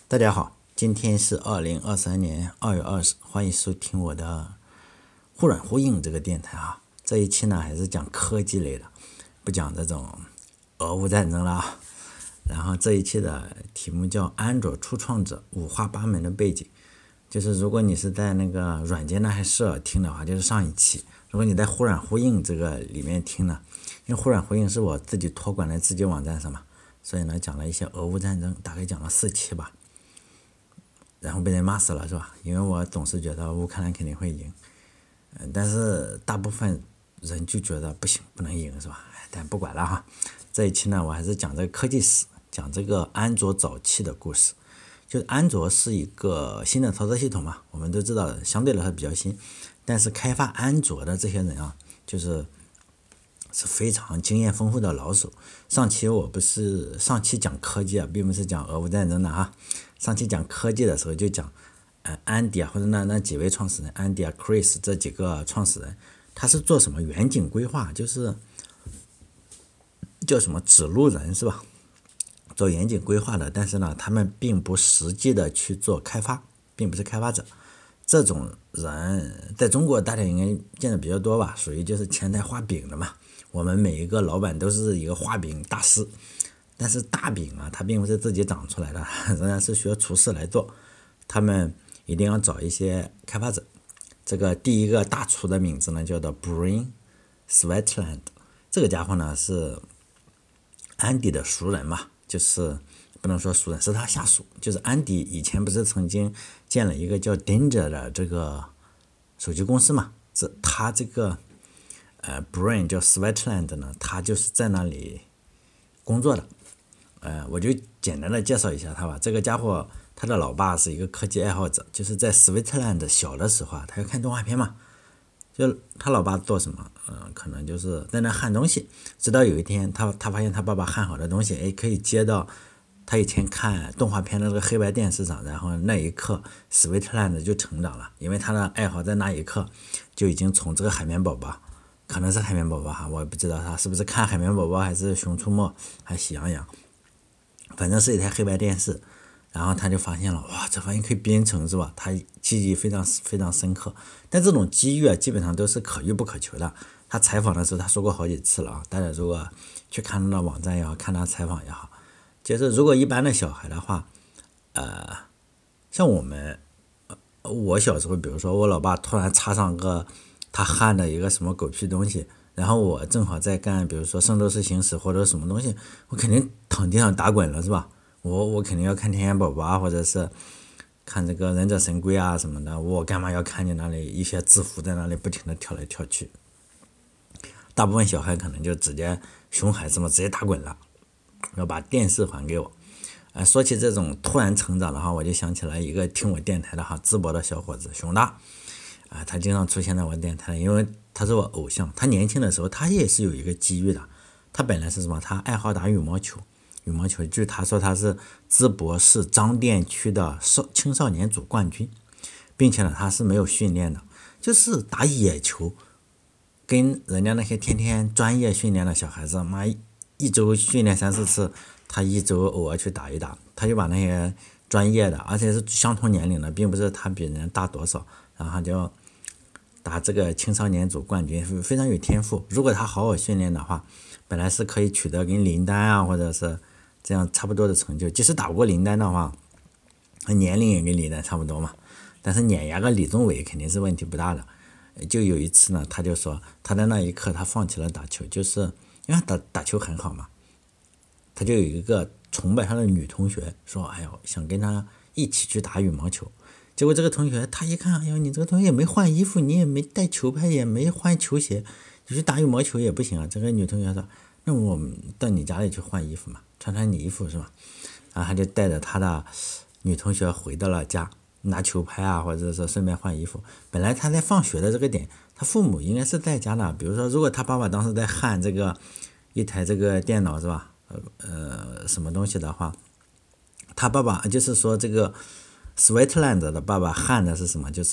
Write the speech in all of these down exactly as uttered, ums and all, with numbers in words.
大家好，今天是二零二三年二月二十，欢迎收听我的忽软忽硬这个电台啊。这一期呢还是讲科技类的，不讲这种俄乌战争了啊。然后这一期的题目叫安卓初创者五花八门的背景，就是如果你是在那个软件那些事儿听的话，就是上一期；如果你在忽软忽硬这个里面听呢，因为忽软忽硬是我自己托管在自己网站上嘛，所以呢讲了一些俄乌战争，大概讲了四期吧。然后被人骂死了是吧？因为我总是觉得乌克兰肯定会赢，嗯，但是大部分人就觉得不行，不能赢是吧？但不管了哈。这一期呢，我还是讲这个科技史，讲这个安卓早期的故事。就是安卓是一个新的操作系统嘛，我们都知道相对来说比较新，但是开发安卓的这些人啊，就是是非常经验丰富的老手。上期我不是上期讲科技啊，并不是讲俄乌战争的哈。上期讲科技的时候就讲，呃，安迪啊，或者那那几位创始人，安迪啊、Chris 这几个创始人，他是做什么远景规划，就是叫什么指路人是吧？做远景规划的，但是呢，他们并不实际的去做开发，并不是开发者。这种人在中国大家应该见的比较多吧，属于就是前台画饼的嘛。我们每一个老板都是一个画饼大师。但是大饼啊，它并不是自己长出来的，仍然是学厨师来做。他们一定要找一些开发者。这个第一个大厨的名字呢，叫做 Brian Svetland。这个家伙呢是安迪的熟人嘛，就是不能说熟人，是他下属。就是安迪以前不是曾经建了一个叫 Danger 的这个手机公司嘛？这他这个呃 Brian 叫 Svetland 呢，他就是在那里工作的。呃，我就简单的介绍一下他吧。这个家伙，他的老爸是一个科技爱好者，就是在 Switzerland 小的时候啊，他要看动画片嘛。就他老爸做什么，嗯、呃，可能就是在那焊东西。直到有一天，他他发现他爸爸焊好的东西，哎，可以接到他以前看动画片的那个黑白电视上。然后那一刻 ，Switzerland 就成长了，因为他的爱好在那一刻就已经从这个海绵宝宝，可能是海绵宝宝哈，我也不知道他是不是看海绵宝宝，还是熊出没，还是喜羊羊。反正是一台黑白电视，然后他就发现了，哇，这玩意可以编程是吧？他记忆非常非常深刻。但这种机遇啊，基本上都是可遇不可求的。他采访的时候，他说过好几次了啊。大家如果去看他的网站也好，看他采访也好，就是如果一般的小孩的话，呃，像我们，呃我小时候，比如说我老爸突然插上个他焊的一个什么狗屁东西。然后我正好在干，比如说《圣斗士星矢》或者什么东西，我肯定躺地上打滚了，是吧？我我肯定要看《天线宝宝》啊，或者是看这个《忍者神龟》啊什么的。我干嘛要看见那里一些字符在那里不停的跳来跳去？大部分小孩可能就直接熊孩子嘛，直接打滚了，要把电视还给我。呃，说起这种突然成长的话，我就想起来一个听我电台的哈淄博的小伙子熊大。啊，他经常出现在我电台，因为他是我偶像。他年轻的时候，他也是有一个机遇的。他本来是什么？他爱好打羽毛球，羽毛球。据他说，他是淄博市张店区的少青少年组冠军，并且呢，他是没有训练的，就是打野球，跟人家那些天天专业训练的小孩子，妈一周训练三四次，他一周偶尔去打一打，他就把那些专业的，而且是相同年龄的，并不是他比人大多少，然后就打这个青少年组冠军，非常有天赋。如果他好好训练的话，本来是可以取得跟林丹啊，或者是这样差不多的成就。即使打过林丹的话，年龄也跟林丹差不多嘛。但是碾压个李宗伟肯定是问题不大的。就有一次呢，他就说他在那一刻他放弃了打球，就是因为他打打球很好嘛。他就有一个崇拜他的女同学说：“哎呦，想跟他一起去打羽毛球。”结果这个同学他一看，哎呦，你这个同学也没换衣服，你也没带球拍，也没换球鞋，你去打羽毛球也不行啊。这个女同学说：“那我到你家里去换衣服嘛，穿穿你衣服是吧？”然后他就带着他的女同学回到了家，拿球拍啊，或者是顺便换衣服。本来他在放学的这个点，他父母应该是在家的。比如说，如果他爸爸当时在焊这个一台这个电脑是吧？呃呃，什么东西的话，他爸爸就是说这个。Switzerland 的爸爸焊的是什么？就是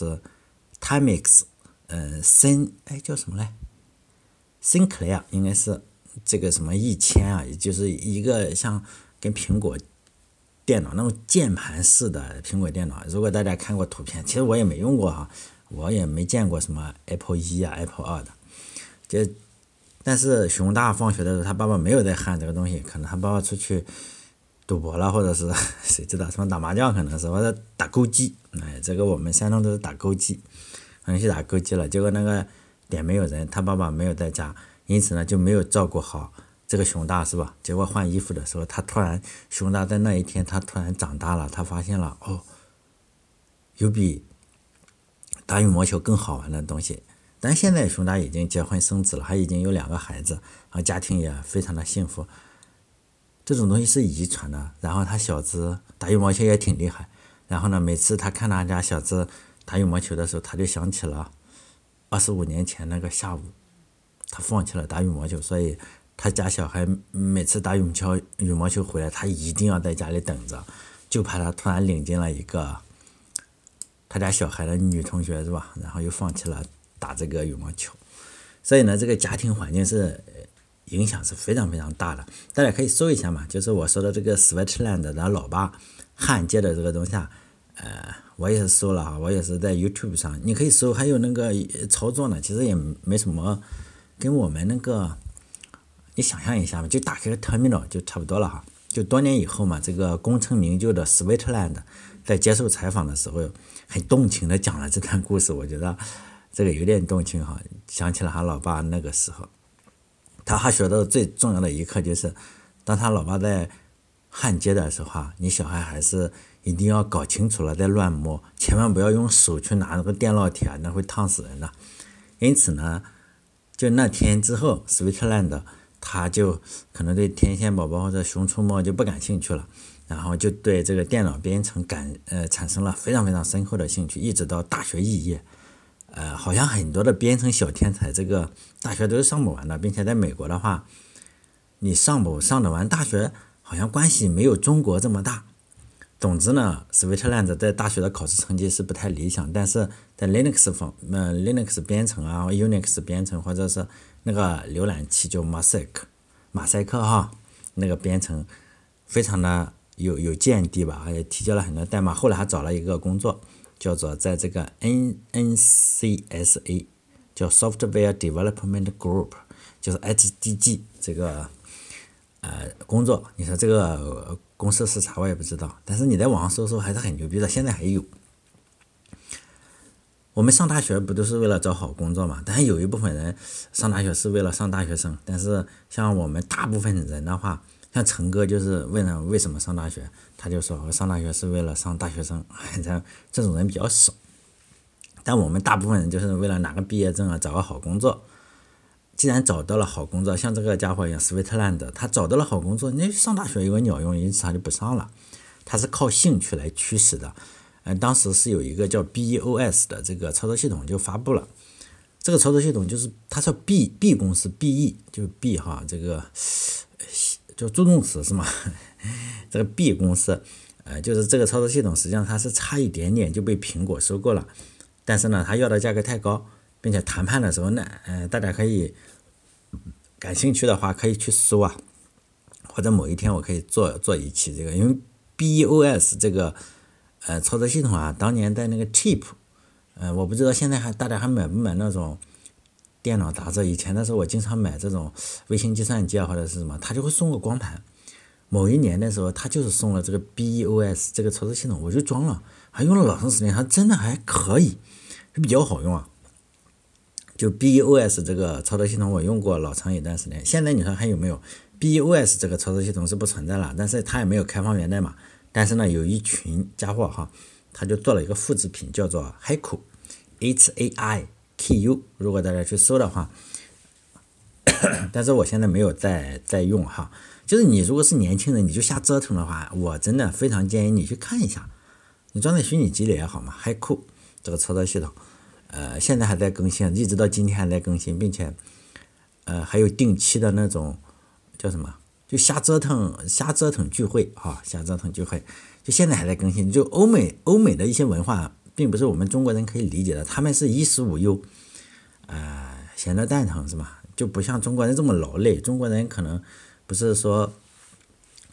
Timex， 呃，森哎叫什么来？Sinclair 应该是这个什么一千啊，也就是一个像跟苹果电脑，那种键盘式的苹果电脑。如果大家看过图片，其实我也没用过哈，我也没见过什么 Apple 一啊 Apple 二的。就但是熊大放学的时候，他爸爸没有在焊这个东西，可能他爸爸出去赌博了，或者是谁知道什么打麻将，可能是或者打勾机。哎，这个我们山东都是打勾机，可能去打勾机了，结果那个点没有人，他爸爸没有在家，因此呢就没有照顾好这个熊大，是吧？结果换衣服的时候，他突然熊大在那一天他突然长大了，他发现了哦，有比打羽毛球更好玩的东西。但现在熊大已经结婚生子了，还已经有两个孩子，然后家庭也非常的幸福。这种东西是遗传的，然后他小子打羽毛球也挺厉害，然后呢，每次他看他家小子打羽毛球的时候，他就想起了二十五年前那个下午，他放弃了打羽毛球，所以他家小孩每次打羽毛球羽毛球回来，他一定要在家里等着，就怕他突然领进了一个他家小孩的女同学，是吧？然后又放弃了打这个羽毛球，所以呢，这个家庭环境是影响是非常非常大的。大家可以搜一下嘛，就是我说的这个 Switzerland 的老爸焊接的这个东西啊，呃，我也是搜了哈，我也是在 YouTube 上，你可以搜，还有那个操作呢，其实也没什么，跟我们那个你想象一下嘛，就打开个 terminal 就差不多了哈。就多年以后嘛，这个功成名就的 Switzerland 在接受采访的时候，很动情的讲了这段故事，我觉得这个有点动情哈，想起了他老爸那个时候。他还学到最重要的一课就是，当他老爸在焊接的时候啊，你小孩还是一定要搞清楚了再乱摸，千万不要用手去拿那个电烙铁，那会烫死人的。因此呢，就那天之后 Switzerland 他就可能对天线宝宝或者熊出没就不感兴趣了，然后就对这个电脑编程感呃产生了非常非常深厚的兴趣，一直到大学肄业。呃，好像很多的编程小天才，这个大学都是上不完的，并且在美国的话，你上不上得完大学，好像关系没有中国这么大。总之呢 ，Switzerland 在大学的考试成绩是不太理想，但是在 Linux 方，呃 Linux 编程啊 ，Unix 编程或者是那个浏览器叫马赛克，马赛克哈，那个编程非常的有有见地吧，也提交了很多代码，后来还找了一个工作。叫做在这个 N N C S A 叫 Software Development Group， 就是 H D G 这个呃工作。你说这个公司是啥我也不知道，但是你在网上搜搜还是很牛逼的，现在还有。我们上大学不都是为了找好工作嘛？但是有一部分人上大学是为了上大学生，但是像我们大部分人的话，像陈哥就是问了为什么上大学，他就说我上大学是为了上大学生，这种人比较少。但我们大部分人就是为了拿个毕业证啊，找个好工作。既然找到了好工作，像这个家伙一样 Switzerland 他找到了好工作，你上大学有个鸟用，因此他就不上了。他是靠兴趣来驱使的。呃，当时是有一个叫 B E O S 的这个操作系统就发布了。这个操作系统就是它叫 B B 公司 B E 就 B 哈，这个叫助动词是吗？这个 B 公司，呃，就是这个操作系统实际上它是差一点点就被苹果收购了，但是呢，它要的价格太高，并且谈判的时候呢，呃，大家可以感兴趣的话可以去搜啊，或者某一天我可以做做一期这个，因为 B E O S 这个呃操作系统啊，当年在那个 Chip， 呃，我不知道现在还大家还买不买那种电脑杂志，以前的时候我经常买这种微型计算机啊或者是什么，他就会送个光盘。某一年的时候，他就是送了这个 B E O S 这个操作系统，我就装了，还用了老长时间，还真的还可以，比较好用啊。就 B E O S 这个操作系统我用过老长一段时间，现在你说还有没有 B E O S 这个操作系统是不存在了，但是它也没有开放源代码，但是呢有一群家伙哈，他就做了一个复制品叫做 Haiku H A I K U， 如果大家去搜的话，但是我现在没有在在用哈。就是你如果是年轻人，你就瞎折腾的话，我真的非常建议你去看一下，你装在虚拟机里也好嘛。Haiku这个操作系统，呃，现在还在更新，一直到今天还在更新，并且，呃，还有定期的那种叫什么，就瞎折腾瞎折腾聚会啊，瞎折腾聚会，就现在还在更新。就欧美欧美的一些文化，并不是我们中国人可以理解的，他们是衣食无忧，呃，闲得蛋疼是吧？就不像中国人这么劳累，中国人可能不是说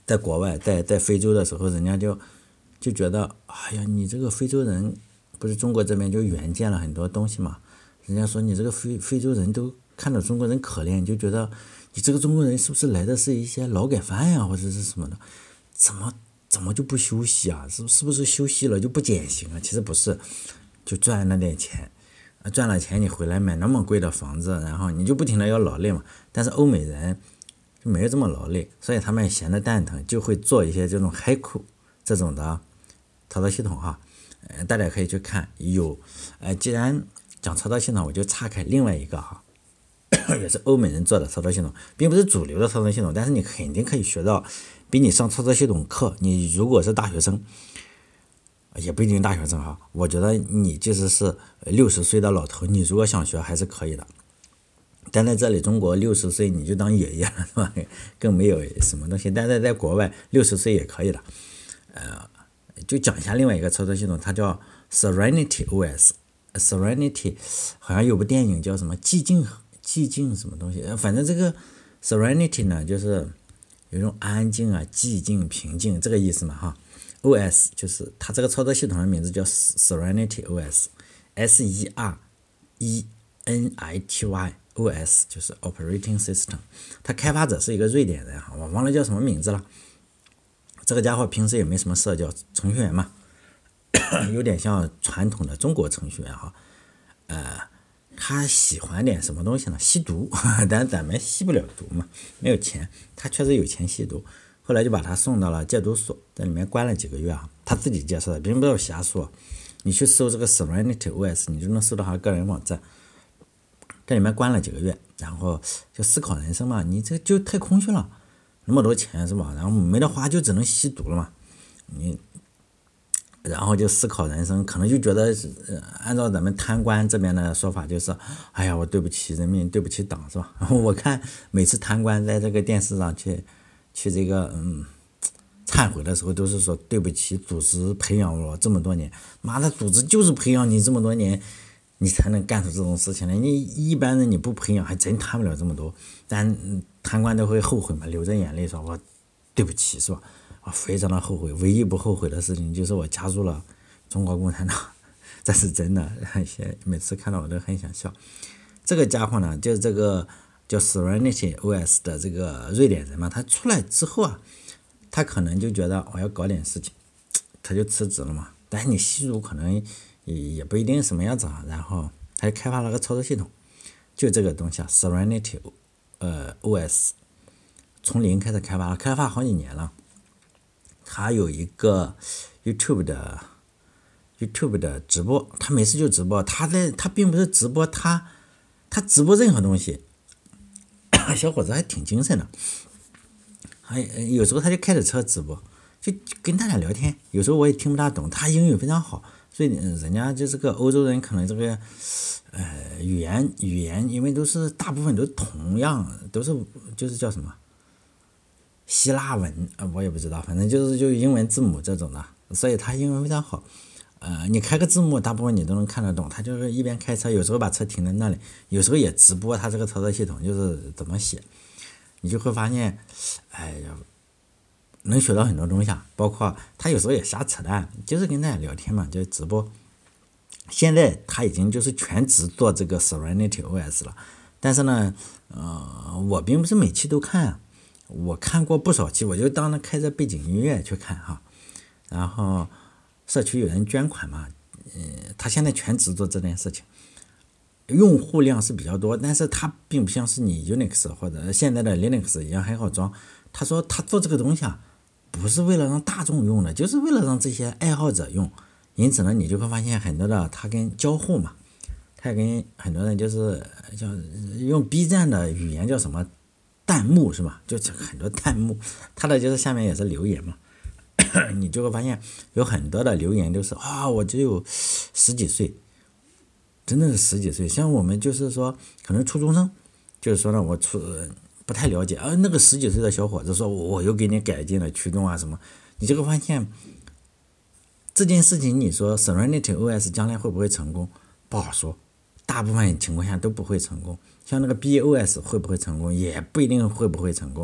在国外，在在非洲的时候，人家就就觉得，哎呀，你这个非洲人，不是中国这边就援建了很多东西嘛？人家说你这个非非洲人都看到中国人可怜，就觉得你这个中国人是不是来的是一些劳改犯呀，或者是什么的？怎么怎么就不休息啊？是是不是休息了就不减刑啊？其实不是，就赚了点钱，赚了钱你回来买那么贵的房子，然后你就不停的要劳累嘛。但是欧美人就没有这么劳累，所以他们闲得蛋疼，就会做一些这种海库这种的操作系统哈。呃，大家可以去看有，呃，既然讲操作系统，我就岔开另外一个哈，也是欧美人做的操作系统，并不是主流的操作系统，但是你肯定可以学到，比你上操作系统课，你如果是大学生，也不一定大学生哈，我觉得你即使是六十岁的老头，你如果想学还是可以的。但在这里，中国六十岁你就当爷爷了，是吧？更没有什么东西。但是在国外，六十岁也可以的。呃，就讲一下另外一个操作系统，它叫 Serenity O S。Serenity 好像有部电影叫什么寂静寂静什么东西，反正这个 Serenity 呢，就是有一种安静啊、寂静、平静这个意思嘛哈。O S 就是它这个操作系统的名字叫 Serenity O S，S E R E N I T Y。O S 就是 Operating System， 它开发者是一个瑞典人，我忘了叫什么名字了。这个家伙平时也没什么社交，程序员嘛，有点像传统的中国程序员哈。呃，他喜欢点什么东西呢？吸毒，但是咱们吸不了毒嘛，没有钱。他确实有钱吸毒，后来就把他送到了戒毒所，在里面关了几个月啊。他自己介绍的，并不是瞎说。你去搜这个 Serenity O S， 你就能搜到他个人网站。在里面关了几个月，然后就思考人生嘛，你这就太空虚了，那么多钱是吧？然后没得花就只能吸毒了嘛，你，然后就思考人生，可能就觉得，呃，按照咱们贪官这边的说法，就是，哎呀，我对不起人民，对不起党，是吧？我看每次贪官在这个电视上去，去这个嗯，忏悔的时候，都是说对不起组织培养我这么多年，妈的，组织就是培养你这么多年。你才能干出这种事情来，你一般人你不培养还真贪不了这么多，但贪官都会后悔嘛，流着眼泪说我对不起是吧？我非常的后悔，唯一不后悔的事情就是我加入了中国共产党，这是真的，每次看到我都很想笑。这个家伙呢，就是这个叫 Serenity O S 的这个瑞典人嘛，他出来之后啊，他可能就觉得我要搞点事情，他就辞职了嘛。但是你吸毒可能也不一定什么样子啊，然后他就开发了个操作系统，就这个东西啊 ，Serenity， 呃 O S， 从零开始开发了，开发好几年了。他有一个 YouTube 的 YouTube 的直播，他每次就直播，他在他并不是直播，他他直播任何东西，小伙子还挺精神的，还有时候他就开着车直播，就跟大家聊天，有时候我也听不大懂，他英语非常好。所以人家就是个欧洲人，可能这个呃语言语言，因为都是大部分都同样，都是就是叫什么希腊文啊、呃，我也不知道，反正就是就英文字母这种的，所以他英文非常好。呃，你开个字幕，大部分你都能看得懂。他就是一边开车，有时候把车停在那里，有时候也直播他这个操作系统就是怎么写，你就会发现，哎呀。能学到很多东西啊，包括他有时候也瞎扯淡，就是跟大家聊天嘛，就直播。现在他已经就是全职做这个 Serenity O S 了，但是呢，呃，我并不是每期都看啊，我看过不少期，我就当那开着背景音乐去看哈。然后社区有人捐款嘛，呃，他现在全职做这件事情，用户量是比较多，但是他并不像是你 Unix 或者现在的 Linux 一样很好装。他说他做这个东西啊。不是为了让大众用的，就是为了让这些爱好者用。因此呢，你就会发现很多的他跟交互嘛，他跟很多人就是叫用 B 站的语言叫什么弹幕是吧？就很多弹幕，他的就是下面也是留言嘛，你就会发现有很多的留言都是啊，我只有十几岁，真的是十几岁。像我们就是说可能初中生，就是说呢，我初。不太了解，而、啊、那个十几岁的小伙子说，我又给你改进了驱动啊什么，你这个发现这件事情，你说 Serenity O S 将来会不会成功？不好说，大部分情况下都不会成功。像那个 B O S 会不会成功，也不一定会不会成功。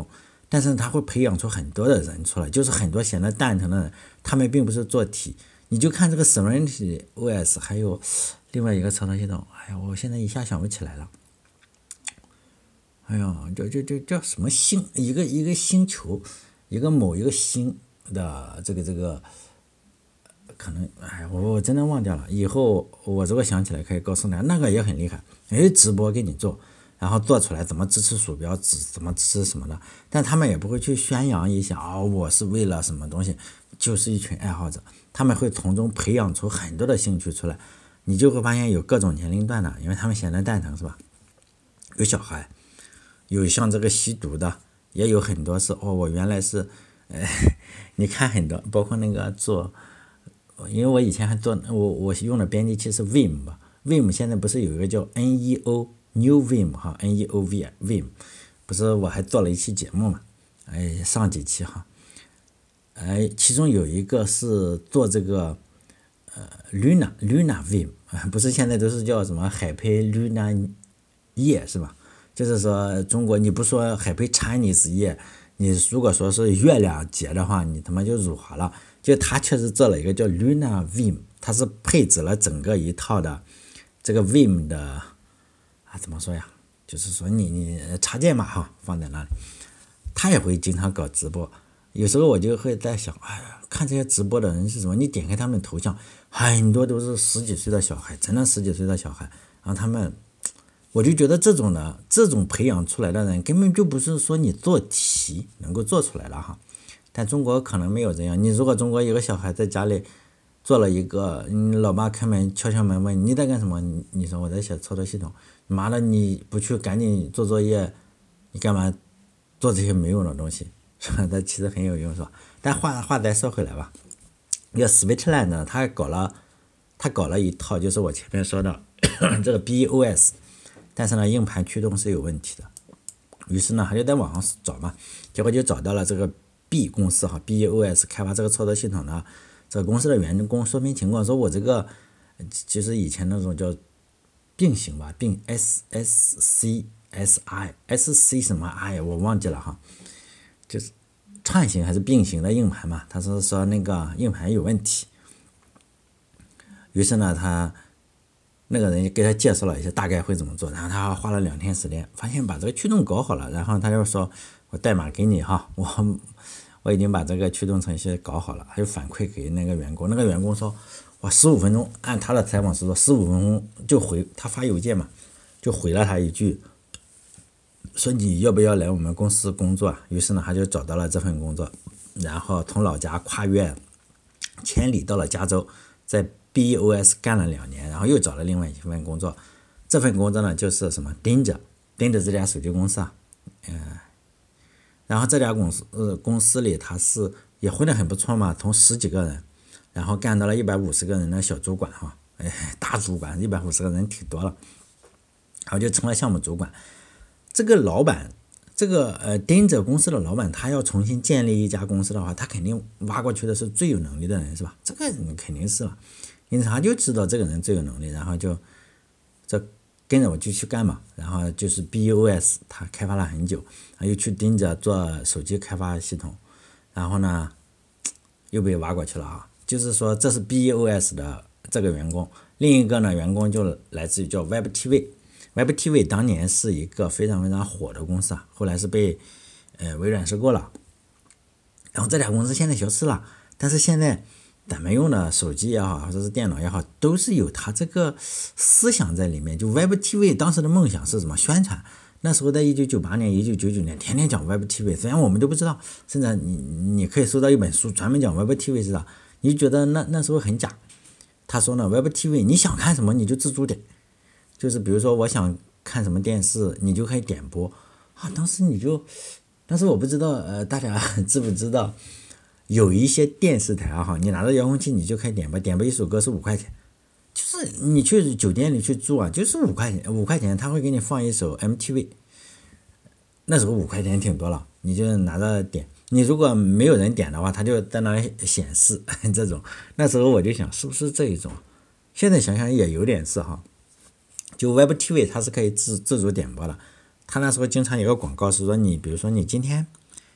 但是它会培养出很多的人出来，就是很多闲的蛋疼的人，他们并不是做题。你就看这个 Serenity O S 还有另外一个操作系统，哎呀，我现在一下想不起来了。哎呀，这这这叫什么星？一个一个星球，一个某一个星的这个这个，可能哎，我我真的忘掉了。以后我如果想起来可以告诉大家，那个也很厉害。哎，直播给你做，然后做出来怎么支持鼠标，怎怎么支持什么的，但他们也不会去宣扬一下啊、哦，我是为了什么东西，就是一群爱好者，他们会从中培养出很多的兴趣出来，你就会发现有各种年龄段的，因为他们闲得蛋疼是吧？有小孩。有像这个吸毒的，也有很多是哦，我原来是，呃，你看很多，包括那个做，因为我以前还做，我我用的编辑器是 Vim 吧 ，Vim 现在不是有一个叫 N E O New Vim 哈 ，N E O V Vim， 不是我还做了一期节目嘛，哎，上几期哈，哎，其中有一个是做这个，呃，Luna Luna Vim， 不是现在都是叫什么海培 Luna 页是吧？就是说，中国你不说海培 Chinese 页，你如果说是月亮节的话，你他妈就辱华了。就他确实做了一个叫 Luna Vim， 它是配置了整个一套的这个 Vim 的啊，怎么说呀？就是说你你插件嘛哈，放在那里，他也会经常搞直播。有时候我就会在想，哎呀，看这些直播的人是什么？你点开他们头像，很多都是十几岁的小孩，真的十几岁的小孩，然后他们。我就觉得这种的这种培养出来的人根本就不是说你做题能够做出来了哈，但中国可能没有这样。你如果中国有个小孩在家里做了一个，你老妈开门敲敲门问你在干什么，你你说我在写操作系统，妈的你不去赶紧做作业，你干嘛做这些没用的东西？是吧？它其实很有用是吧？但话话再说回来吧，要 Switchland 呢，他搞了他搞了一套，就是我前面说的这个 B O S。但是呢，硬盘驱动是有问题的，于是呢，他就在网上找嘛，结果就找到了这个 B 公司哈 ，B O S 开发这个操作系统的这个公司的员工说明情况，说我这个就是以前那种叫并行吧，并 S S C S I S C 什么 I 我忘记了哈，就是串行还是并行的硬盘嘛，他是说那个硬盘有问题，于是呢，他。那个人给他介绍了一下大概会怎么做，然后他花了两天时间，发现把这个驱动搞好了，然后他就说：“我代码给你哈，我我已经把这个驱动程序搞好了。”他就反馈给那个员工，那个员工说：“哇，十五分钟，按他的采访是说十五分钟就回，他发邮件嘛，就回了他一句，说你要不要来我们公司工作啊？”于是呢，他就找到了这份工作，然后从老家跨越千里到了加州，在B O S 干了两年，然后又找了另外一份工作。这份工作呢，就是什么盯着盯着这家手机公司啊，嗯、呃，然后这家公司呃公司里他是也混得很不错嘛，从十几个人，然后干到了一百五十个人的小主管哈，哎，大主管一百五十个人挺多了，然后就成了项目主管。这个老板，这个呃盯着公司的老板，他要重新建立一家公司的话，他肯定挖过去的是最有能力的人，是吧？这个肯定是了。因此他就知道这个人最有能力，然后就这跟着我就去干嘛，然后就是 B O S 他开发了很久，又去盯着做手机开发系统，然后呢又被挖过去了啊，就是说这是 B O S 的这个员工，另一个呢员工就来自于叫 Web T V，Web T V 当年是一个非常非常火的公司啊，后来是被呃微软收购了，然后这俩公司现在消失了，但是现在。咱们用的手机也好，或者是电脑也好，都是有它这个思想在里面。就 Web T V 当时的梦想是什么？宣传。那时候在一九九八年、一九九九年，天天讲 Web T V， 虽然我们都不知道，甚至你你可以搜到一本书专门讲 Web T V 是啥，你就觉得那那时候很假。他说呢 ，Web T V 你想看什么你就自主点，就是比如说我想看什么电视，你就可以点播啊。当时你就，当时我不知道呃大家知不知道。有一些电视台哈，你拿着遥控器你就可以点播，点播一首歌是五块钱，就是你去酒店里去住啊，就是五块钱，五块钱他会给你放一首 M T V， 那时候五块钱挺多了，你就拿着点，你如果没有人点的话，他就在那里显示这种，那时候我就想是不是这一种，现在想想也有点是哈，就 Web T V 它是可以自自主点播的，他那时候经常有个广告是说你比如说你今天。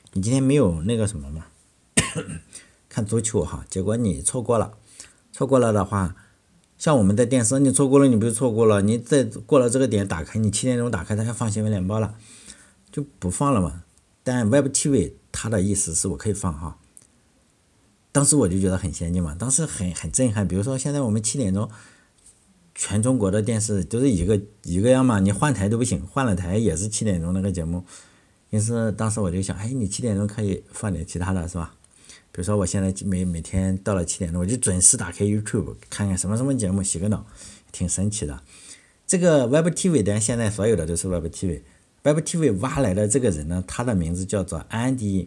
你今天没有那个什么嘛，看足球哈，结果你错过了，错过了的话，像我们在电视你错过了，你不是错过了，你再过了这个点打开，你七点钟打开它要放新闻联播了，就不放了嘛。但 Web T V 它的意思是我可以放哈，当时我就觉得很先进嘛，当时很很震撼。比如说现在我们七点钟，全中国的电视都是一个一个样嘛，你换台都不行，换了台也是七点钟那个节目。因此当时我就想，哎，你七点钟可以放点其他的是吧？比如说我现在每每天到了七点钟，我就准时打开 YouTube 看看什么什么节目，洗个脑，挺神奇的。这个 Web T V 的现在所有的都是 Web T V。Web T V 挖来的这个人呢，他的名字叫做 Andy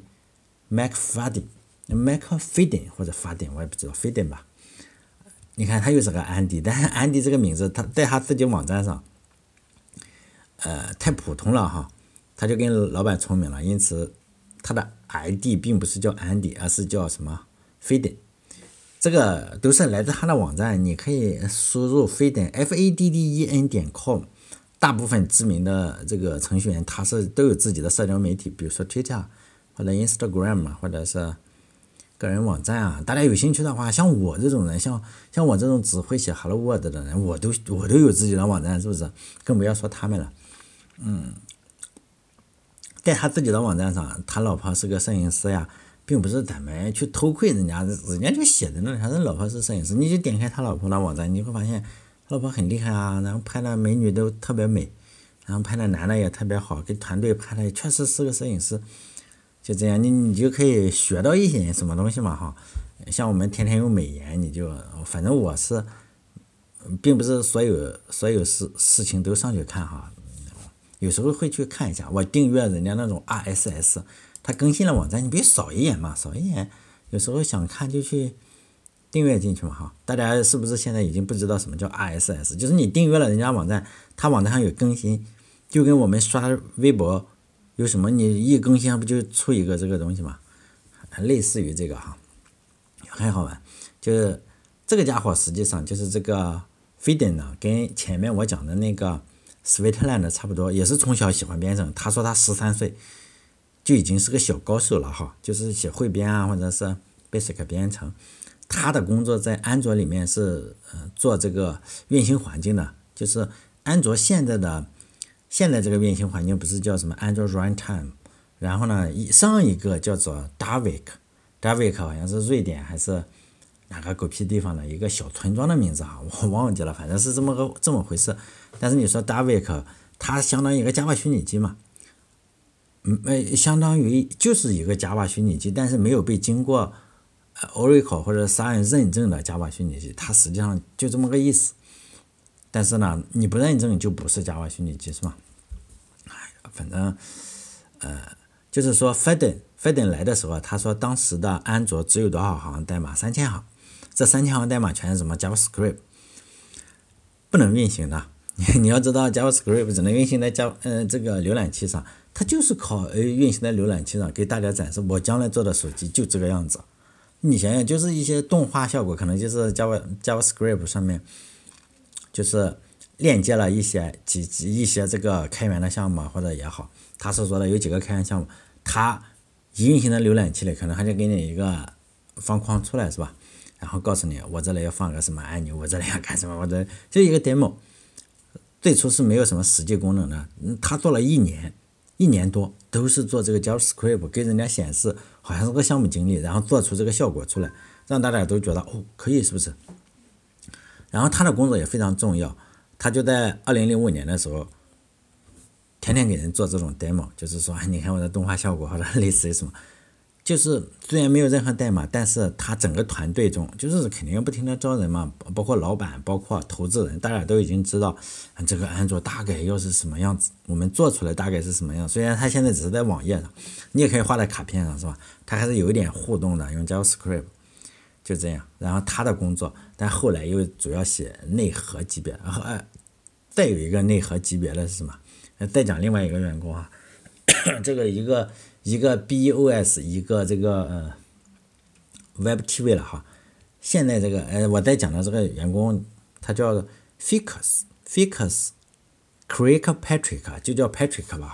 McFadden，McFadden 或者法典我也不知道 Fadden 吧。你看他又是个 Andy， 但是 Andy 这个名字他在他自己网站上，呃，太普通了哈，他就跟老板聪明了，因此他的 I D 并不是叫 Andy， 而是叫什么 Fadden。这个都是来自他的网站，你可以输入 Fadden F A D D E N 点 com。大部分知名的这个程序员，他是都有自己的社交媒体，比如说 Twitter 或者 Instagram 或者是个人网站啊。大家有兴趣的话，像我这种人，像像我这种只会写 Hello World 的人，我都我都有自己的网站，是不是？更不要说他们了。嗯，在他自己的网站上，他老婆是个摄影师呀，并不是咱们去偷窥人家，人家就写的那，他的老婆是摄影师，你就点开他老婆的网站，你会发现。老婆很厉害啊，然后拍的美女都特别美，然后拍的男的也特别好，跟团队拍的确实是个摄影师，就这样你你就可以学到一些什么东西嘛哈。像我们天天用美颜，你就反正我是，并不是所有所有事事情都上去看哈，有时候会去看一下。我订阅人家那种 R S S， 他更新了网站，你别扫一眼嘛，扫一眼，有时候想看就去。订阅进去嘛哈，大家是不是现在已经不知道什么叫 R S S？ 就是你订阅了人家网站，他网站上有更新，就跟我们刷微博有什么，你一更新不就出一个这个东西嘛，类似于这个哈，很好玩。就是这个家伙实际上就是这个 Fadden 呢，跟前面我讲的那个 Sweetland 差不多，也是从小喜欢编程。他说他十三岁就已经是个小高手了哈，就是写汇编啊，或者是 Basic 编程。他的工作在安卓里面是呃做这个运行环境的，就是安卓现在的现在这个运行环境不是叫什么 Android Runtime， 然后呢上一个叫做 Davik，Davik 好像是瑞典还是哪个狗屁地方的一个小村庄的名字啊，我忘记了，反正是这么个这么回事。但是你说 Davik， 它相当于一个 Java 虚拟机嘛，嗯呃相当于就是一个 Java 虚拟机，但是没有被经过Oracle 或者 Sun 认证的 Java 虚拟机，它实际上就这么个意思。但是呢，你不认证就不是 Java 虚拟机，是吧？哎，反正，呃，就是说 Fadden Fadden 来的时候，他说当时的安卓只有多少行代码？三千行。这三千行代码全是什么 JavaScript， 不能运行的。你要知道 JavaScript 只能运行在 Java 呃这个浏览器上，它就是靠运行在浏览器上给大家展示我将来做的手机就这个样子。你想想，就是一些动画效果，可能就是 Java JavaScript 上面，就是链接了一些几几一些这个开源的项目或者也好，他是说的有几个开源项目，它一运行在浏览器里，可能还得给你一个方框出来是吧？然后告诉你我这里要放个什么按钮，我这里要干什么，我这就一个 demo。最初是没有什么实际功能的，他做了一年。一年多都是做这个 JavaScript， 给人家显示好像是个项目经理，然后做出这个效果出来，让大家都觉得哦可以，是不是？然后他的工作也非常重要，他就在二零零五年的时候，天天给人做这种 demo， 就是说你看我的动画效果或者类似于什么，就是虽然没有任何代码，但是他整个团队中就是肯定要不停的招人嘛，包括老板，包括投资人，大家都已经知道这个安卓大概要是什么样子，我们做出来大概是什么样。虽然他现在只是在网页上，你也可以画在卡片上是吧？他还是有一点互动的，用 JavaScript 就这样。然后他的工作，但后来又主要写内核级别，然后哎，再有一个内核级别的是什么？再讲另外一个员工啊，这个一个。一个 B O S， 一个这个呃 Web T V 了哈。现在这个呃我在讲的这个员工，他叫 Ficus Ficus Kirkpatrick， 就叫 Patrick 吧哈。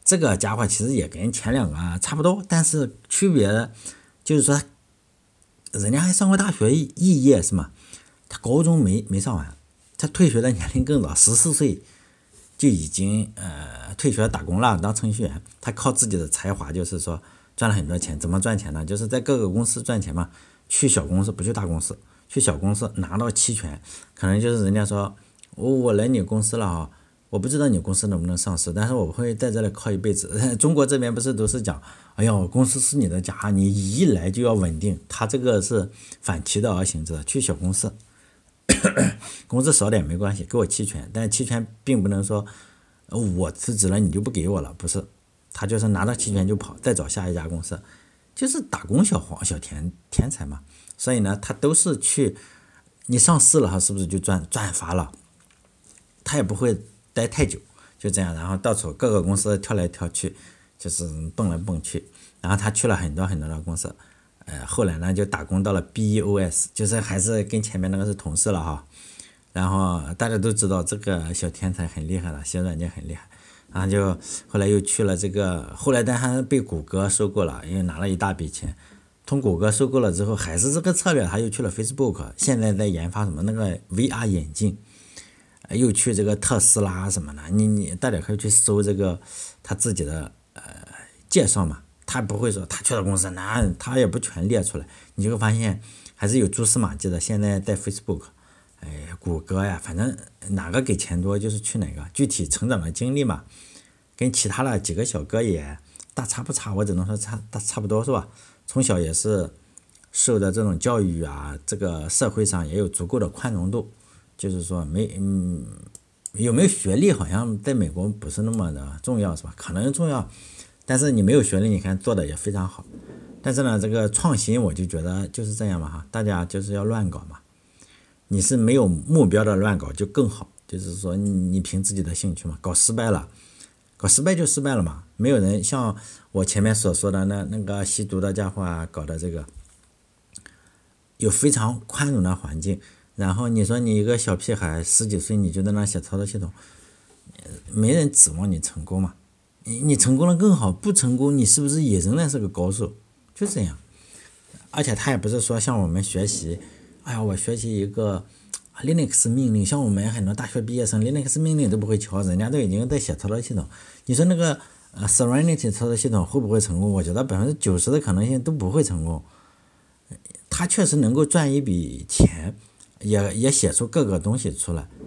这个家伙其实也跟前两个差不多，但是区别就是说，人家还上过大学肄业是吗？他高中没没上完，他退学的年龄更早，十四岁就已经呃退学打工了，当程序员。他靠自己的才华，就是说赚了很多钱。怎么赚钱呢？就是在各个公司赚钱嘛，去小公司不去大公司，去小公司拿到期权，可能就是人家说我我来你公司了啊。我不知道你公司能不能上市，但是我会在这里靠一辈子。中国这边不是都是讲，哎呦，公司是你的家，你一来就要稳定。他这个是反其道而行之，去小公司，工资少点没关系，给我期权，但期权并不能说我辞职了你就不给我了，不是，他就是拿到期权就跑，再找下一家公司，就是打工小黄小天天才嘛。所以呢，他都是去，你上市了，他是不是就赚赚发了？他也不会待太久，就这样，然后到处各个公司跳来跳去，就是蹦来蹦去。然后他去了很多很多的公司，呃，后来呢就打工到了 B E O S， 就是还是跟前面那个是同事了哈。然后大家都知道这个小天才很厉害了，写软件很厉害。然后就后来又去了这个，后来但还被谷歌收购了，因为拿了一大笔钱。从谷歌收购了之后，还是这个策略，他又去了 Facebook， 现在在研发什么那个 V R 眼镜。又去这个特斯拉什么的，你你大家可以去搜这个他自己的呃介绍嘛，他不会说他去了公司，那他也不全列出来，你就会发现还是有蛛丝马迹的。现在在 Facebook， 哎，谷歌呀，反正哪个给钱多就是去哪个，具体成长的经历嘛，跟其他的几个小哥也大差不差，我只能说差大差不多是吧？从小也是受的这种教育啊，这个社会上也有足够的宽容度。就是说没嗯有没有学历好像在美国不是那么的重要是吧？可能重要，但是你没有学历，你看做的也非常好。但是呢，这个创新我就觉得就是这样嘛哈，大家就是要乱搞嘛。你是没有目标的乱搞就更好，就是说你你凭自己的兴趣嘛，搞失败了，搞失败就失败了嘛。没有人像我前面所说的那那个吸毒的家伙啊搞的这个，有非常宽容的环境。然后你说你一个小屁孩十几岁你就在那写操作系统，没人指望你成功嘛。你你成功了更好，不成功你是不是也仍然是个高手？就这样。而且他也不是说像我们学习，哎呀我学习一个 Linux 命令，像我们很多大学毕业生 Linux 命令都不会敲，人家都已经在写操作系统。你说那个呃 Serenity 操作系统会不会成功？我觉得百分之九十的可能性都不会成功。他确实能够赚一笔钱。也也写出各个东西出来，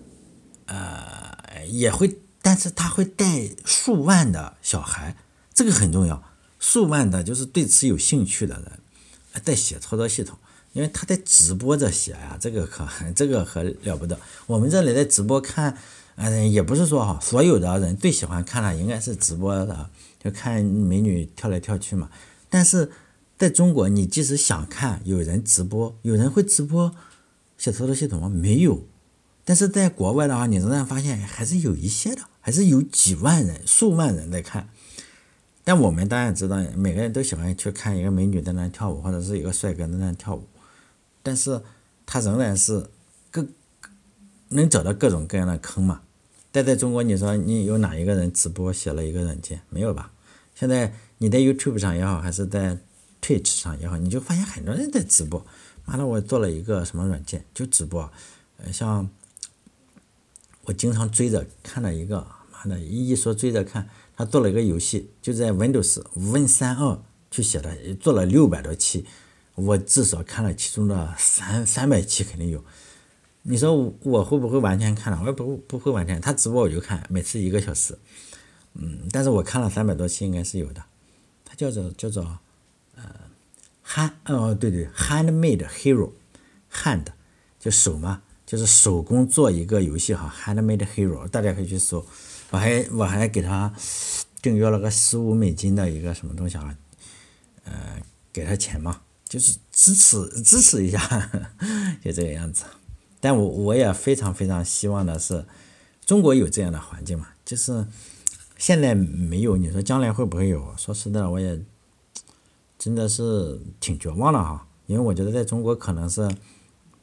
呃，也会，但是他会带数万的小孩，这个很重要，数万的就是对此有兴趣的人在写操作系统，因为他在直播着写呀、啊，这个可这个可了不得。我们这里在直播看，嗯，也不是说哈，所有的人最喜欢看的应该是直播的，就看美女跳来跳去嘛。但是在中国，你即使想看有人直播，有人会直播写操作系统吗？没有。但是在国外的话，你仍然发现还是有一些的，还是有几万人、数万人在看。但我们当然知道，每个人都喜欢去看一个美女在那跳舞，或者是一个帅哥在那跳舞。但是他仍然是各能找到各种各样的坑嘛。但在中国，你说你有哪一个人直播写了一个软件？没有吧？现在你在 YouTube 上也好，还是在 Twitch 上也好，你就发现很多人在直播。妈的，我做了一个什么软件就直播，呃，像我经常追着看了一个，妈的，一说追着看，他做了一个游戏，就在 Windows Win 三十二去写的，做了六百多期，我至少看了其中的三三百期肯定有。你说我会不会完全看了？我也不不会完全，他直播我就看，每次一个小时，嗯，但是我看了三百多期应该是有的。他叫做叫做呃。hand 哦对对 handmade hero，hand 就手嘛，就是手工做一个游戏哈 handmade hero， 大家可以去搜。我还我还给他订阅了个十五美金的一个什么东西啊，呃，给他钱嘛，就是支持支持一下，就这个样子。但我我也非常非常希望的是，中国有这样的环境嘛，就是现在没有，你说将来会不会有？说实在的，我也。真的是挺绝望的哈，因为我觉得在中国可能是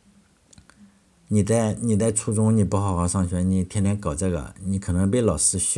你在你在初中你不好好上学，你天天搞这个，你可能被老师训，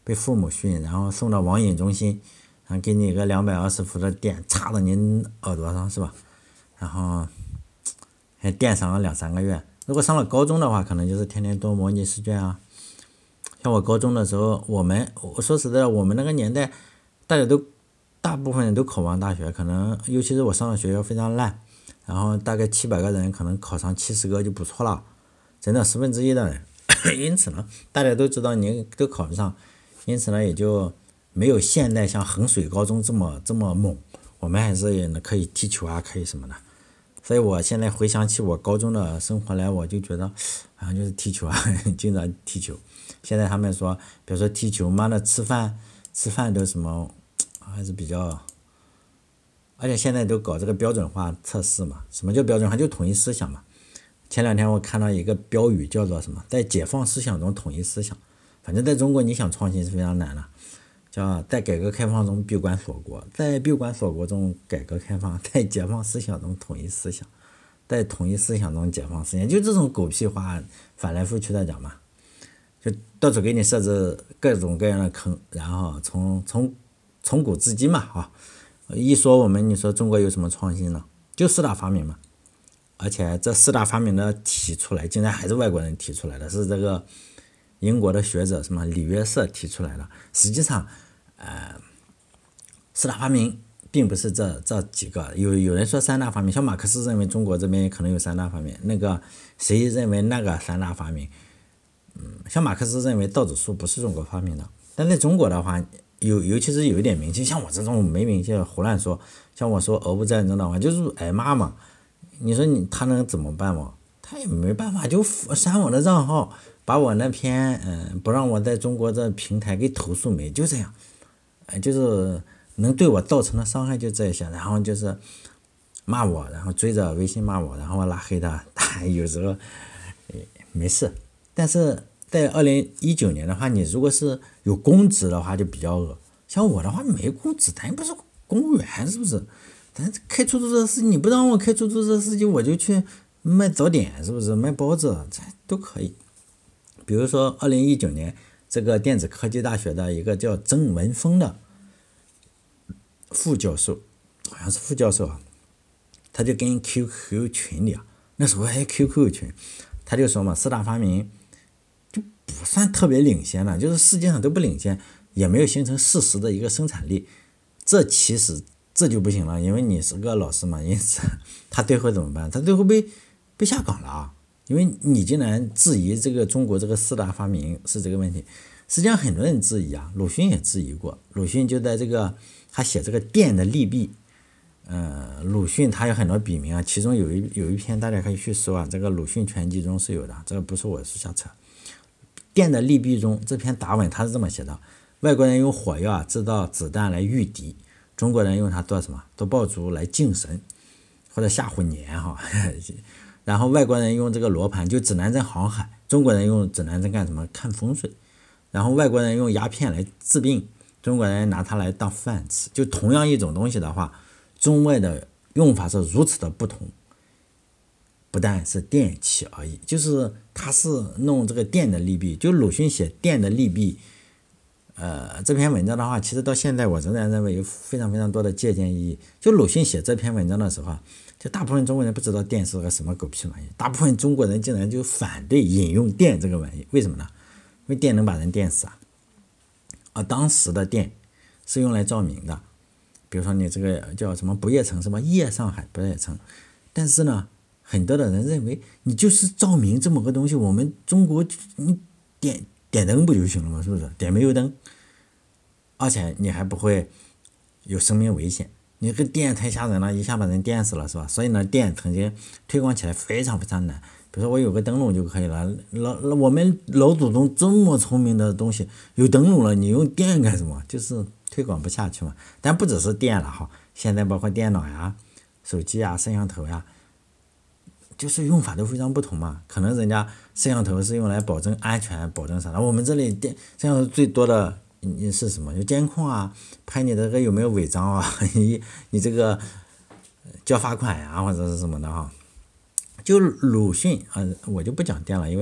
被父母训，然后送到网瘾中心，然后给你一个两百二十伏的电插到你耳朵上是吧？然后还电上了两三个月。如果上了高中的话，可能就是天天做模拟试卷啊。像我高中的时候，我们我说实在的，我们那个年代，大家都大部分人都考上大学，可能尤其是我上的学校非常烂，然后大概七百个人可能考上七十个就不错了，真的十分之一的人。因此呢，大家都知道你都考不上，因此呢也就没有现在像衡水高中这么这么猛。我们还是可以踢球啊，可以什么的。所以我现在回想起我高中的生活来，我就觉得好像就是踢球啊，经常踢球。现在他们说，比如说踢球，妈的吃饭吃饭都什么还是比较，而且现在都搞这个标准化测试嘛。什么叫标准化？就统一思想嘛。前两天我看到一个标语叫做什么，在解放思想中统一思想。反正在中国你想创新是非常难的，叫在改革开放中闭关锁国，在闭关锁国中改革开放，在解放思想中统一思想，在统一思想中解放思想，就这种狗屁话反来覆去的讲嘛，就到处给你设置各种各样的坑，然后从从从古至今嘛啊，一说我们你说中国有什么创新呢？就四大发明嘛。而且这四大发明的提出来，竟然还是外国人提出来的，是这个英国的学者什么李约瑟提出来的。实际上，呃，四大发明并不是这这几个，有有人说三大发明，像马克思认为中国这边可能有三大发明，那个谁认为那个三大发明，嗯，像马克思认为造纸术不是中国发明的，但在中国的话，有尤其是有一点名气，像我这种没名气的胡乱说，像我说俄乌战争的话，就是挨骂嘛。你说你他能怎么办吗？他也没办法，就删我的账号，把我那篇嗯不让我在中国这平台给投诉没，就这样，呃就是能对我造成的伤害就这些，然后就是骂我，然后追着微信骂我，然后我拉黑他，他有时候没事。但是在二零一九年的话，你如果是有公职的话就比较恶，像我的话没公职，咱也不是公务员是不是？咱开出租车司机，你不让我开出租车司机，我就去卖早点，是不是？卖包子，这都可以。比如说，二零一九年，这个电子科技大学的一个叫曾文峰的副教授，好像是副教授啊，他就跟 Q Q 群里啊，那时候还 Q Q 群，他就说嘛，四大发明就不算特别领先了，就是世界上都不领先，也没有形成事实的一个生产力，这其实。这就不行了，因为你是个老师嘛，因此他最后怎么办？他最后被被下岗了啊！因为你竟然质疑这个中国这个四大发明是这个问题，实际上很多人质疑啊，鲁迅也质疑过。鲁迅就在这个他写这个电的利弊，呃，鲁迅他有很多笔名啊，其中有一有一篇大家可以去搜啊，这个鲁迅全集中是有的，这个不是我是瞎扯。电的利弊中这篇答文他是这么写的：外国人用火药啊制造子弹来御敌。中国人用它做什么？做爆竹来敬神，或者吓唬年哈。然后外国人用这个罗盘就指南针航海，中国人用指南针干什么？看风水。然后外国人用鸦片来治病，中国人拿它来当饭吃。就同样一种东西的话，中外的用法是如此的不同，不但是电器而已，就是他是弄这个电的利弊。就鲁迅写电的利弊。呃，这篇文章的话，其实到现在我仍然认为有非常非常多的借鉴意义。就鲁迅写这篇文章的时候，就大部分中国人不知道电是个什么狗屁玩意，大部分中国人竟然就反对饮用电这个玩意，为什么呢？因为电能把人电死啊！而当时的电是用来照明的，比如说你这个叫什么不夜城，什么夜上海不夜城，但是呢，很多的人认为你就是照明这么个东西，我们中国你点。点灯不就行了吗？是不是？点煤油灯，而且你还不会有生命危险。你这个电太吓人了，一下把人电死了，是吧？所以呢，电曾经推广起来非常非常难。比如说我有个灯笼就可以了，老我们老祖宗这么聪明的东西，有灯笼了，你用电干什么？就是推广不下去嘛。但不只是电了哈，现在包括电脑呀、手机啊、摄像头呀。就是用法都非常不同嘛，可能人家摄像头是用来保证安全、保证啥的，我们这里电摄像头最多的你是什么？有监控啊，拍你的这个有没有违章啊，你你这个交罚款呀、啊、或者是什么的哈。就鲁迅啊、呃，我就不讲电了，因为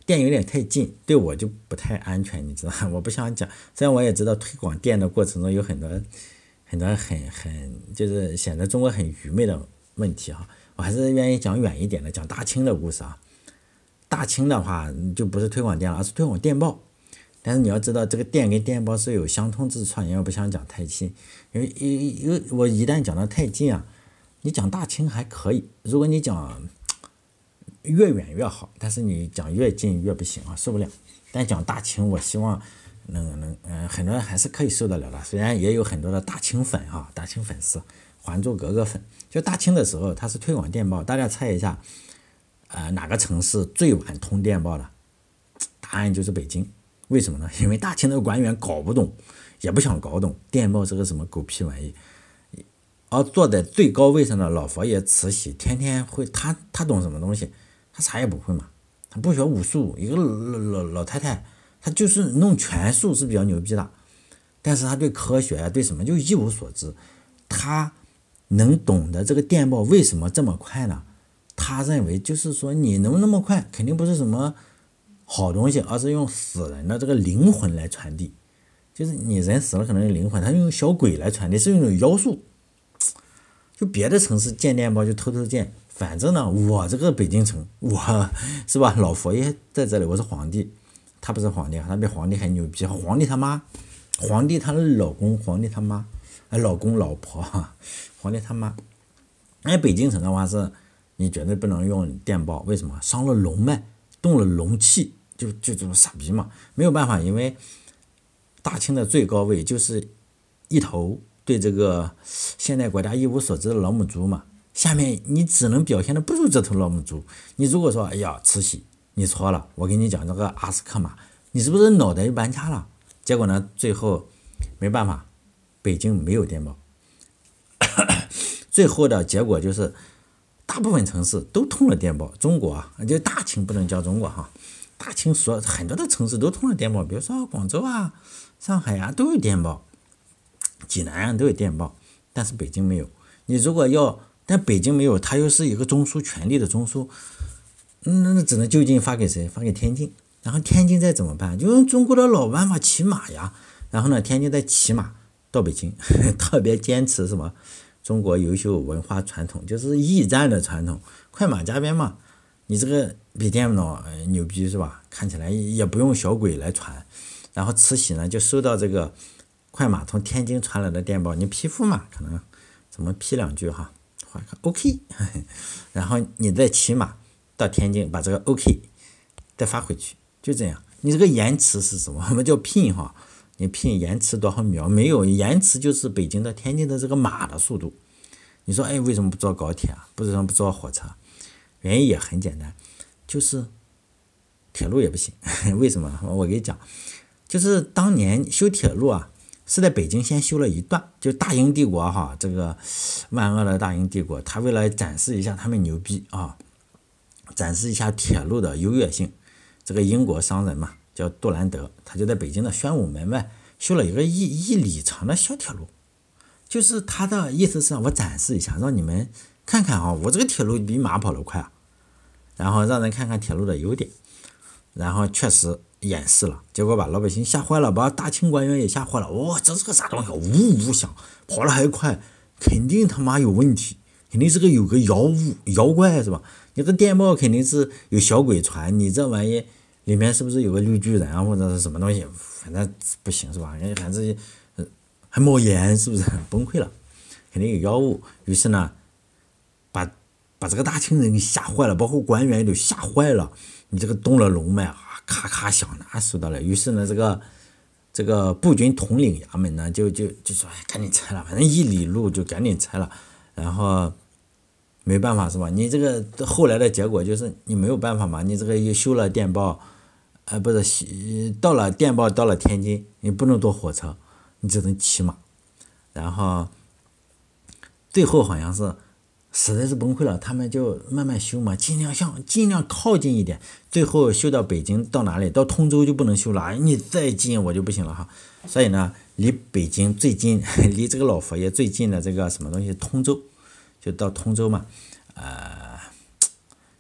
电有点太近，对我就不太安全，你知道吗？我不想讲，虽然我也知道推广电的过程中有很多很多很很就是显得中国很愚昧的问题哈，我还是愿意讲远一点的，讲大清的故事啊。大清的话就不是推广电了，而是推广电报。但是你要知道，这个电跟电报是有相通之处，因为我不想讲太近，因为因为我一旦讲到太近啊，你讲大清还可以，如果你讲越远越好，但是你讲越近越不行啊，受不了。但讲大清，我希望能能呃很多人还是可以受得了的，虽然也有很多的大清粉啊，大清粉丝，还珠格格粉。就大清的时候，它是推广电报，大家猜一下，呃哪个城市最晚通电报的？答案就是北京。为什么呢？因为大清的官员搞不懂，也不想搞懂电报是个什么狗屁玩意。而坐在最高位上的老佛爷慈禧，天天会他他懂什么东西？他啥也不会嘛，他不学武术，一个老老老太太，她就是弄拳术是比较牛逼的，但是她对科学啊，对什么就一无所知。她能懂得这个电报为什么这么快呢？他认为就是说你能那么快，肯定不是什么好东西，而是用死人的这个灵魂来传递。就是你人死了可能有灵魂，他用小鬼来传递，是用种妖术。就别的城市建电报就偷偷建，反正呢，我这个北京城，我是吧，老佛爷在这里，我是皇帝，他不是皇帝，他比皇帝还牛逼，皇帝他妈，皇帝他的老公，皇帝他妈，哎，老公老婆，皇帝他妈。哎，北京城的话是，你绝对不能用电报，为什么？伤了龙脉，动了龙气，就就这么傻逼嘛，没有办法，因为大清的最高位就是一头对这个现代国家一无所知的老母猪嘛，下面你只能表现的不如这头老母猪。你如果说哎呀慈禧你错了，我跟你讲这个阿斯克马，你是不是脑袋就搬家了？结果呢，最后没办法，北京没有电报，最后的结果就是大部分城市都通了电报。中国啊，就大清不能叫中国哈，大清所很多的城市都通了电报，比如说广州啊、上海啊都有电报。济南啊都有电报，但是北京没有。你如果要，但北京没有，它又是一个中枢权力的中枢，那那只能就近发给谁？发给天津。然后天津再怎么办？就用中国的老办法骑马呀。然后呢，天津再骑马到北京，特别坚持什么中国优秀文化传统，就是驿站的传统，快马加鞭嘛。你这个比电脑、呃、牛逼是吧？看起来也不用小鬼来传。然后慈禧呢就收到这个快马从天津传来的电报，你批复嘛，可能怎么批两句哈 ，OK， 然后你再骑马到天津把这个 OK 再发回去，就这样。你这个延迟是什么？我们叫拼哈，你拼延迟多少秒？没有延迟，就是北京到天津的这个马的速度。你说哎，为什么不坐高铁啊？为什么不坐火车？原因也很简单，就是铁路也不行。为什么？我给你讲，就是当年修铁路啊。是在北京先修了一段，就大英帝国哈，这个万恶的大英帝国，他为了展示一下他们牛逼啊，展示一下铁路的优越性，这个英国商人嘛，叫杜兰德，他就在北京的宣武门外修了一个一一里长的小铁路，就是他的意思是让我展示一下，让你们看看啊，我这个铁路比马跑得快啊，然后让人看看铁路的优点，然后确实演示了，结果把老百姓吓坏了，把大清官员也吓坏了。哇，这是个啥东西？呜呜响，跑得还快，肯定他妈有问题，肯定是个有个妖物妖怪是吧？你这电报肯定是有小鬼传，你这玩意里面是不是有个绿巨人啊，或者是什么东西？反正不行是吧？反正还冒烟，是不是崩溃了？肯定有妖物。于是呢，把把这个大清人给吓坏了，包括官员都吓坏了。你这个动了龙脉啊！咔咔响，哪收到了？于是呢，这个这个步军统领衙门呢，就就就说，哎，赶紧拆了，反正一里路就赶紧拆了。然后没办法是吧？你这个后来的结果就是你没有办法嘛，你这个又修了电报，呃，不是到了电报到了天津，你不能坐火车，你只能骑马。然后最后好像是。实在是崩溃了，他们就慢慢修嘛，尽量向尽量靠近一点，最后修到北京到哪里？到通州就不能修了，你再近我就不行了哈。所以呢，离北京最近，离这个老佛爷最近的这个什么东西，通州，就到通州嘛，呃，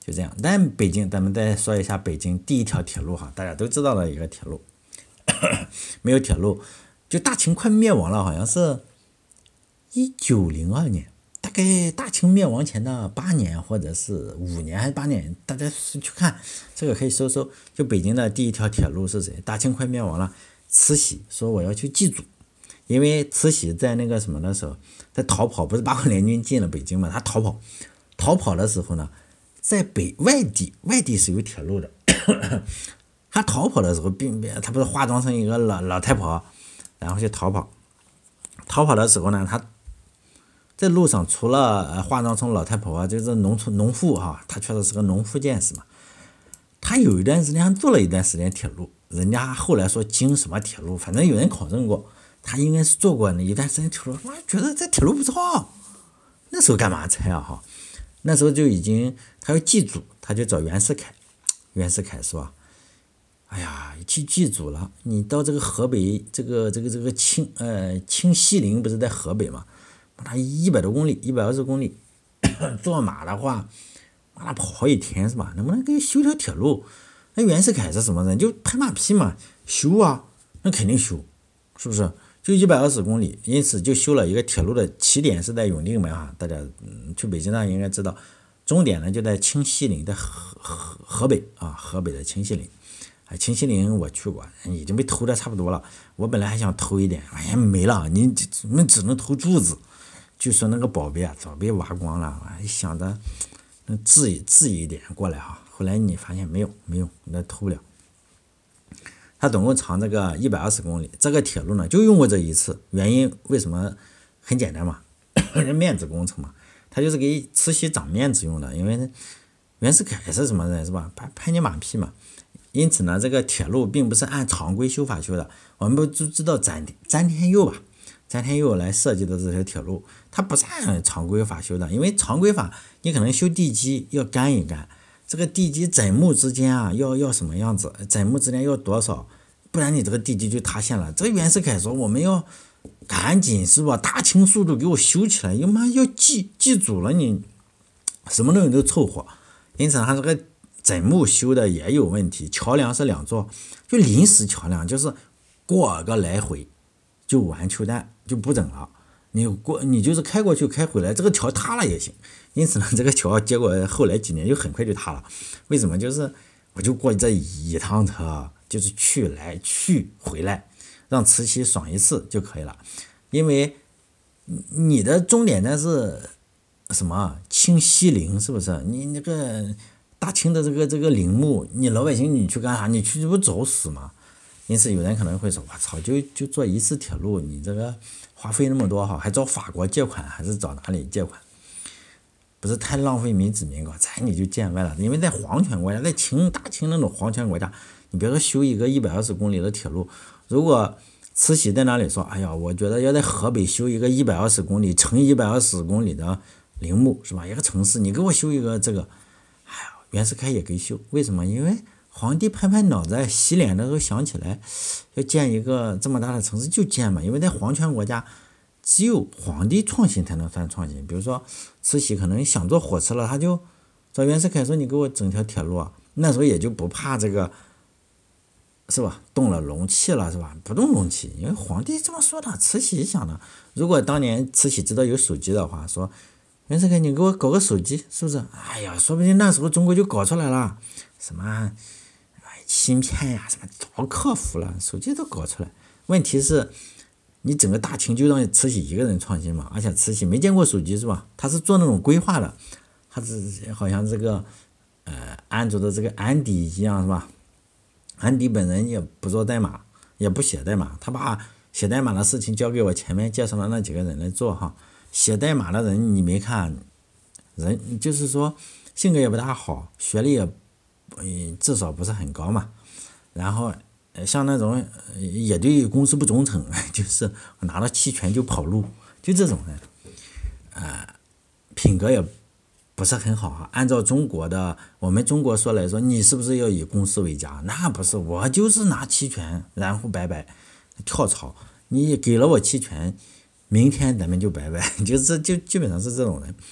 就这样。但北京，咱们再说一下北京第一条铁路哈，大家都知道的一个铁路，没有铁路，就大清快灭亡了，好像是一九零二年，大概大清灭亡前的八年或者是五年还是八年，大家去看这个可以搜搜。就北京的第一条铁路是谁？大清快灭亡了，慈禧说我要去祭祖，因为慈禧在那个什么的时候，在逃跑，不是八国联军进了北京嘛，他逃跑，逃跑的时候呢，在北外地，外地是有铁路的，他逃跑的时候，并他不是化妆成一个老老太婆，然后去逃跑，逃跑的时候呢，他在路上除了化妆成老太婆，就是农村农妇哈，他确实是个农夫剑士嘛。他有一段时间做了一段时间铁路，人家后来说京什么铁路，反正有人考证过，他应该是做过那一段时间铁路。我觉得这铁路不错，那时候干嘛拆啊哈？那时候就已经他要祭祖，他就找袁世凯，袁世凯说，哎呀，去祭祖了，你到这个河北这个这个这个清呃清西陵不是在河北嘛？把它一百多公里，一百二十公里，坐马的话，把它跑好几天是吧？能不能给修条铁路？那袁世凯是什么人？就拍马屁嘛，修啊，那肯定修，是不是？就一百二十公里，因此就修了一个铁路的起点是在永定门哈，大家嗯去北京呢应该知道，终点呢就在清西陵的河河河北啊，河北的清西陵。哎，清西陵我去过，已经被偷的差不多了。我本来还想偷一点，哎呀没了，你你们只能偷柱子。据说那个宝贝啊，早被挖光了，还想着能治治一点过来哈。后来你发现没有没有，那偷不了。它总共长这个一百二十公里，这个铁路呢就用过这一次，原因为什么？很简单嘛，面子工程嘛，它就是给慈禧长面子用的，因为袁世凯是什么人是吧？拍拍你马屁嘛。因此呢，这个铁路并不是按常规修法修的。我们不就知道詹詹天佑吧？詹天佑来设计的这条铁路，它不是按常规法修的，因为常规法你可能修地基要干一干，这个地基枕木之间啊要要什么样子，枕木之间要多少，不然你这个地基就塌陷了。这袁世凯说我们要赶紧是吧，大清速度给我修起来，要妈要祭祭祖了，你什么东西都凑合。因此他这个枕木修的也有问题，桥梁是两座，就临时桥梁，就是过个来回就完球蛋就不整了。你过你就是开过去开回来，这个桥塌了也行。因此呢，这个桥结果后来几年就很快就塌了。为什么？就是我就过这一趟车，就是去来去回来，让慈禧爽一次就可以了。因为你的终点站是什么？清西陵是不是？你那个大清的这个这个陵墓，你老百姓你去干啥？你去不找死吗？因此有人可能会说，我操，就就做一次铁路，你这个花费那么多哈，还找法国借款，还是找哪里借款？不是太浪费民脂民膏，这你就见外了。因为在皇权国家，在清大清那种皇权国家，你别说修一个一百二十公里的铁路，如果慈禧在那里说，哎呀，我觉得要在河北修一个一百二十公里乘一百二十公里的陵墓，是吧？一个城市，你给我修一个这个，哎呀，袁世凯也给修，为什么？因为皇帝拍拍脑袋，洗脸的时候想起来要建一个这么大的城市就建嘛，因为在皇权国家，只有皇帝创新才能算创新。比如说慈禧可能想坐火车了，他就找袁世凯说你给我整条铁路啊，那时候也就不怕这个是吧？动了龙气了是吧？不动龙气，因为皇帝这么说的，慈禧想的。如果当年慈禧知道有手机的话，说袁世凯你给我搞个手机，是不是？哎呀，说不定那时候中国就搞出来了，什么芯片呀，什么早克服了，手机都搞出来。问题是，你整个大清就让慈禧一个人创新嘛，而且慈禧没见过手机是吧？他是做那种规划的，他是好像这个呃安卓的这个安迪一样是吧？安迪本人也不做代码，也不写代码，他把写代码的事情交给我前面介绍的那几个人来做哈。写代码的人你没看，人就是说性格也不大好，学历也嗯至少不是很高嘛。然后像那种也对公司不忠诚，就是拿了期权就跑路，就这种人，呃，品格也不是很好哈。按照中国的我们中国说来说，你是不是要以公司为家？那不是，我就是拿期权，然后拜拜跳槽。你给了我期权，明天咱们就拜拜，就是就基本上是这种人。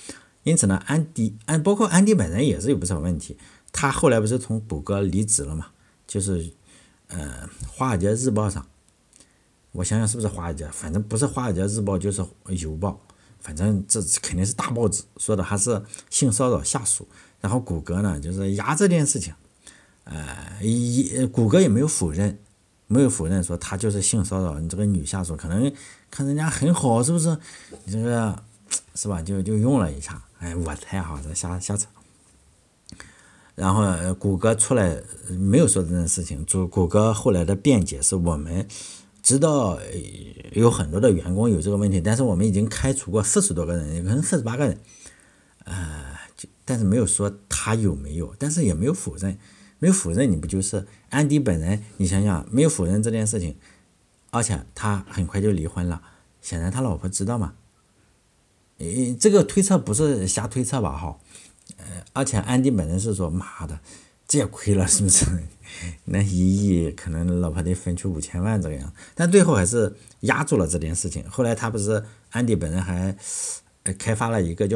因此呢，安迪安包括安迪本人也是有不少问题。他后来不是从谷歌离职了嘛？就是呃，华尔街日报上，我想想是不是华尔街，反正不是华尔街日报就是邮报，反正这肯定是大报纸说的还是性骚扰下属。然后谷歌呢，就是压这件事情，呃，一谷歌也没有否认，没有否认说他就是性骚扰你这个女下属，可能看人家很好，是不是？你这个是吧？就就用了一下，哎，我猜哈，这瞎瞎扯。然后、呃、谷歌出来没有说这件事情，谷谷歌后来的辩解是我们知道有很多的员工有这个问题，但是我们已经开除过四十多个人，可能四十八个人，呃，但是没有说他有没有，但是也没有否认，没有否认你不就是安迪本人？你想想，没有否认这件事情，而且他很快就离婚了，显然他老婆知道嘛？诶，这个推测不是瞎推测吧？哈。呃，而且安迪本人是说，妈的，这也亏了，是不是？那一亿可能老婆得分出五千万这个样，但最后还是压住了这件事情。后来他不是安迪本人还呃开发了一个叫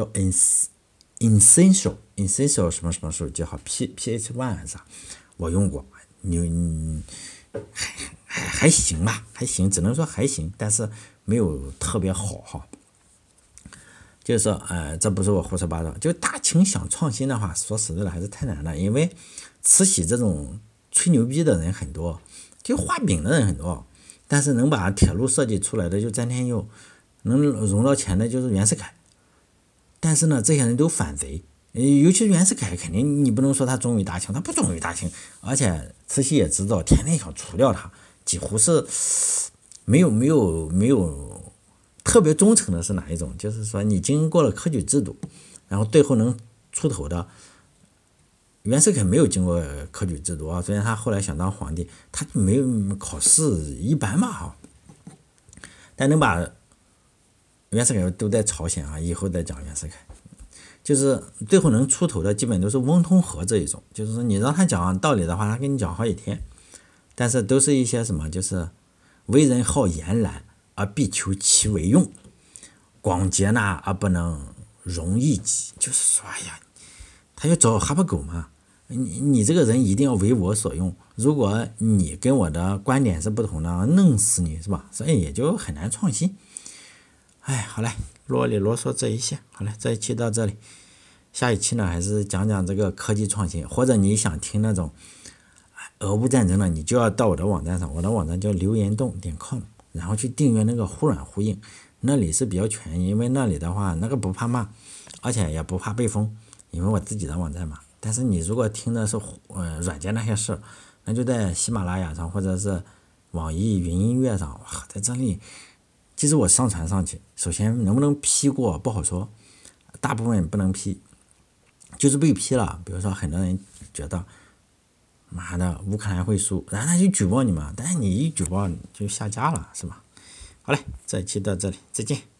Essential Essential 什么什么手机哈 P P H one 还是啥，我用过，你你还还还行吧，还行，只能说还行，但是没有特别好哈。就是说，呃，这不是我胡说八道。就大清想创新的话，说实在的还是太难了，因为慈禧这种吹牛逼的人很多，就画饼的人很多，但是能把铁路设计出来的就詹天佑，能融到钱的就是袁世凯。但是呢，这些人都反贼，尤其是袁世凯，肯定你不能说他忠于大清，他不忠于大清，而且慈禧也知道，天天想除掉他，几乎是没有没有没有。特别忠诚的是哪一种？就是说你经过了科举制度，然后最后能出头的。袁世凯没有经过科举制度啊，虽然他后来想当皇帝，他没有考试一般嘛哈。但能把袁世凯都在朝鲜啊，以后再讲袁世凯，就是最后能出头的基本都是翁同龢这一种，就是说你让他讲道理的话，他跟你讲好几天，但是都是一些什么，就是为人好言懒。而必求其为用，广结纳而不能容易己。就是说，哎呀，他要找哈巴狗嘛？你你这个人一定要为我所用。如果你跟我的观点是不同的，弄死你是吧？所以也就很难创新。哎，好嘞，啰里啰嗦这一些，好嘞，这一期到这里。下一期呢，还是讲讲这个科技创新，或者你想听那种俄乌战争的，你就要到我的网站上，我的网站叫留言洞点 com。然后去订阅那个忽软忽硬，那里是比较全，因为那里的话那个不怕骂，而且也不怕被封，因为我自己的网站嘛。但是你如果听的是呃软件那些事，那就在喜马拉雅上或者是网易云音乐上，哇，在这里，其实我上传上去，首先能不能批过不好说，大部分不能批，就是被批了。比如说很多人觉得，妈的，乌克兰会输，然后他就举报你嘛，但是你一举报就下架了，是吧？好嘞，这一期到这里，再见。